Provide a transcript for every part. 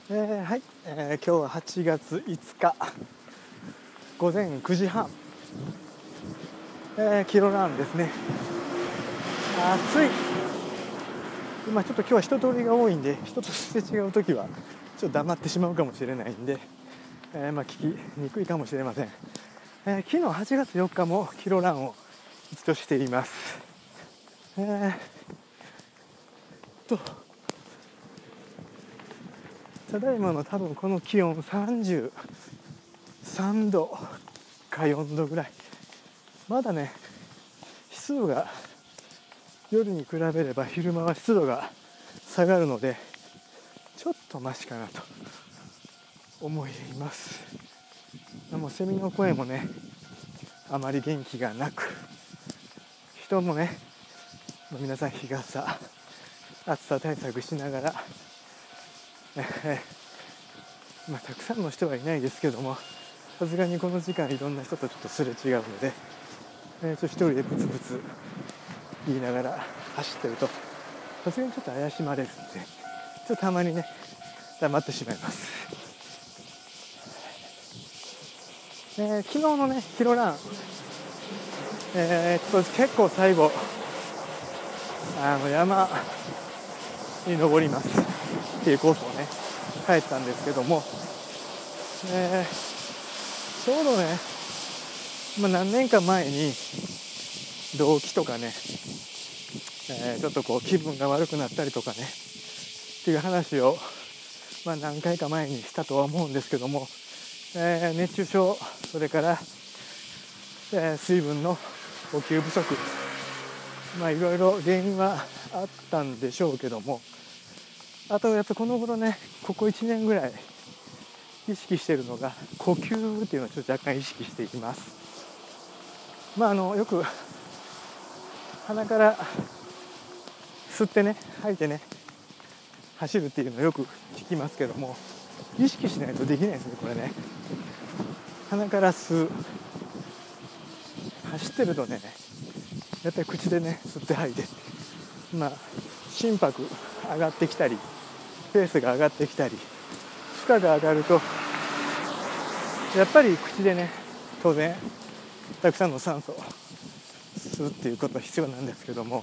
はい、今日は8月5日午前9時半、キロランですね。暑い。今ちょっと今日は人通りが多いんで、人とすれ違うときはちょっと黙ってしまうかもしれないんで、聞きにくいかもしれません。昨日8月4日もキロランを一度しています。ただいまの多分この気温33度か4度ぐらい。まだね、湿度が夜に比べれば昼間は湿度が下がるのでちょっとマシかなと思います。もうセミの声もねあまり元気がなく、人もね皆さん日傘暑さ対策しながら、たくさんの人はいないですけども、さすがにこの時間いろんな人とちょっとすれ違うので、一人でブツブツ言いながら走ってるとさすがにちょっと怪しまれるんで、ちょっとたまにね黙ってしまいます。昨日のねキロラン、結構最後山に登りますっていうコースをね帰ったんですけども、ちょうどね、何年か前に動悸とかね、ちょっとこう気分が悪くなったりとかねっていう話を、何回か前にしたとは思うんですけども、熱中症、それから、水分の補給不足、いろいろ原因はあったんでしょうけども、あとやっぱこの頃ね、ここ1年ぐらい意識しているのが呼吸っていうのをちょっと若干意識しています。よく鼻から吸ってね吐いてね走るっていうのをよく聞きますけども、意識しないとできないですねこれね。鼻から吸う、走ってるとねやっぱり口でね吸って吐いて、心拍上がってきたりペースが上がってきたり負荷が上がるとやっぱり口でね当然たくさんの酸素を吸うっていうことは必要なんですけども、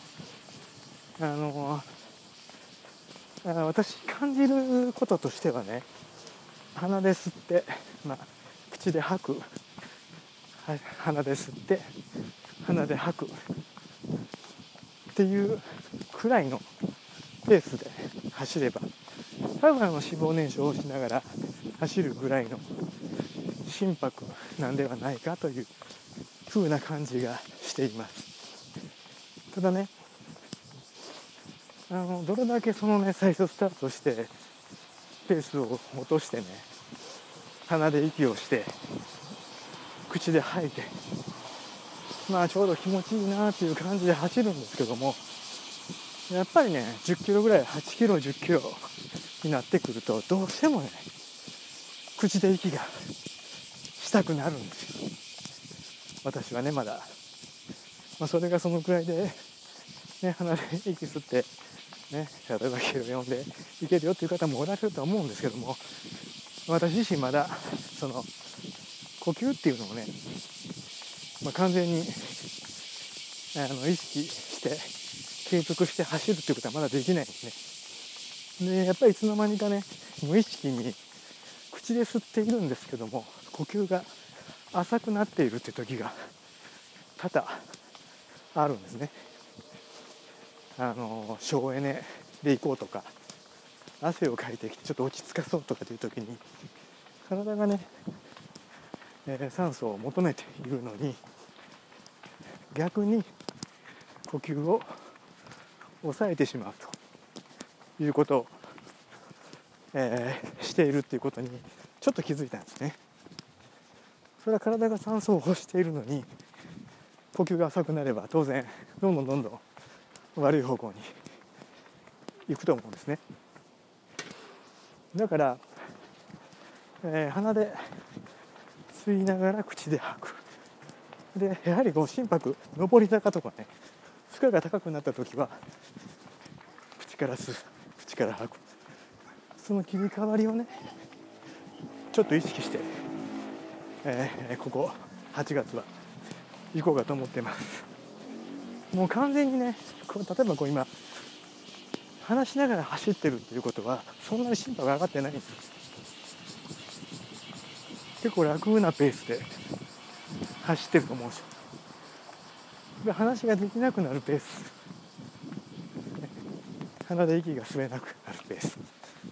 私感じることとしてはね、鼻で吸って、口で吐く、鼻で吸って鼻で吐くっていうくらいのペースで走れば多分脂肪燃焼をしながら走るぐらいの心拍なんではないかという風な感じがしています。ただね、どれだけそのね最初スタートしてペースを落としてね鼻で息をして口で吐いてちょうど気持ちいいなっていう感じで走るんですけども、やっぱりね10キロぐらい8キロ10キロになってくるとどうしてもね口で息がしたくなるんですよ、私はねまだ。それがそのくらいで、鼻で息吸ってね、例えばキロ4でいけるよっていう方もおられるとは思うんですけども、私自身まだその呼吸っていうのをね、完全に意識して継続して走るっていうことはまだできないんですね。でやっぱりいつの間にかね無意識に口で吸っているんですけども呼吸が浅くなっているって時が多々あるんですね。省エネで行こうとか汗をかいてきてちょっと落ち着かそうとかという時に体がね、酸素を求めているのに逆に呼吸を抑えてしまうということを、しているっていうことにちょっと気づいたんですね。それは体が酸素を欲しているのに呼吸が浅くなれば当然どんどん悪い方向に行くと思うんですね。だから、鼻で吸いながら口で吐く。でやはり心拍上り坂とかね負荷が高くなった時は口から吸う口から吐く、 その切り替わりをねちょっと意識して、ここ8月は行こうかと思っています。もう完全にね例えば今話しながら走ってるっていうことはそんなに心拍が上がってないんです。結構楽なペースで走ってると思うんですよ。話ができなくなるペース、鼻で息が吸えなくなるペース、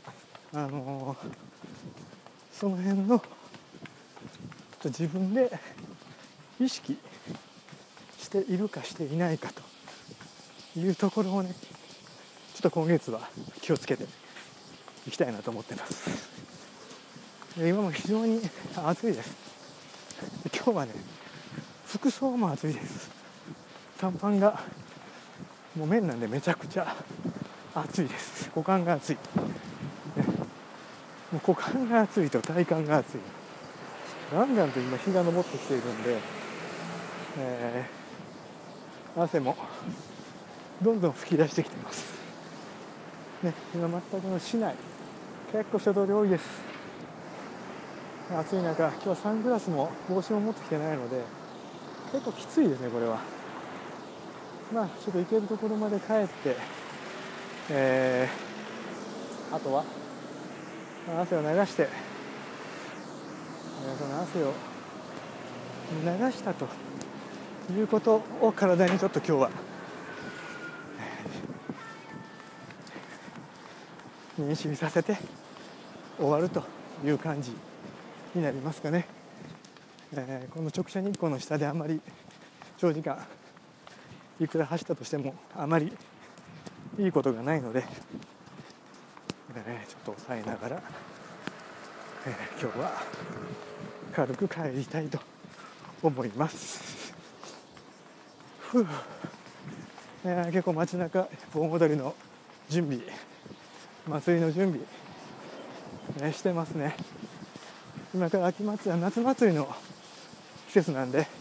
その辺の自分で意識しているかしていないかというところをねちょっと今月は気をつけていきたいなと思っています。今も非常に暑いです。今日はね服装も暑いです。短パンがもう綿なんでめちゃくちゃ暑いです。股間が暑い、もう股間が暑いと体幹が暑い。ガンガンと今日が昇ってきているんで、汗もどんどん吹き出してきてます、ね、今全くの市内結構人通り多いです。暑い中今日はサングラスも帽子も持ってきてないので結構きついですねこれは。まあちょっと行けるところまで帰って、あとは汗を流して、その汗を流したということを体にちょっと今日は認識させて終わるという感じになりますかね。この直射日光の下であまり長時間いくら走ったとしてもあまりいいことがないので、ちょっと抑えながら、今日は軽く帰りたいと思います。結構街中盆踊りの準備、祭りの準備、してますね。今から夏祭りの季節なんで、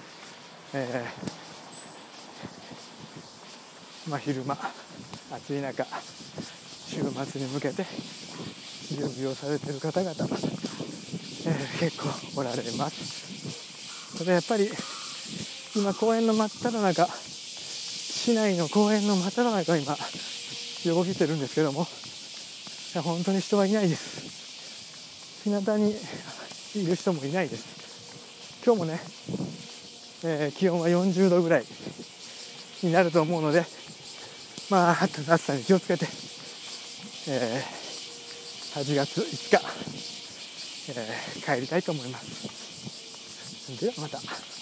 昼間暑い中週末に向けて準備をされている方々、結構おられます。それやっぱり今公園の真っ只中、市内の公園の真っ只中今動いてるんですけども、本当に人はいないです。日向にいる人もいないです。今日もね、気温は40度ぐらいになると思うので、暑さに気をつけて、8月5日、帰りたいと思います。ではまた。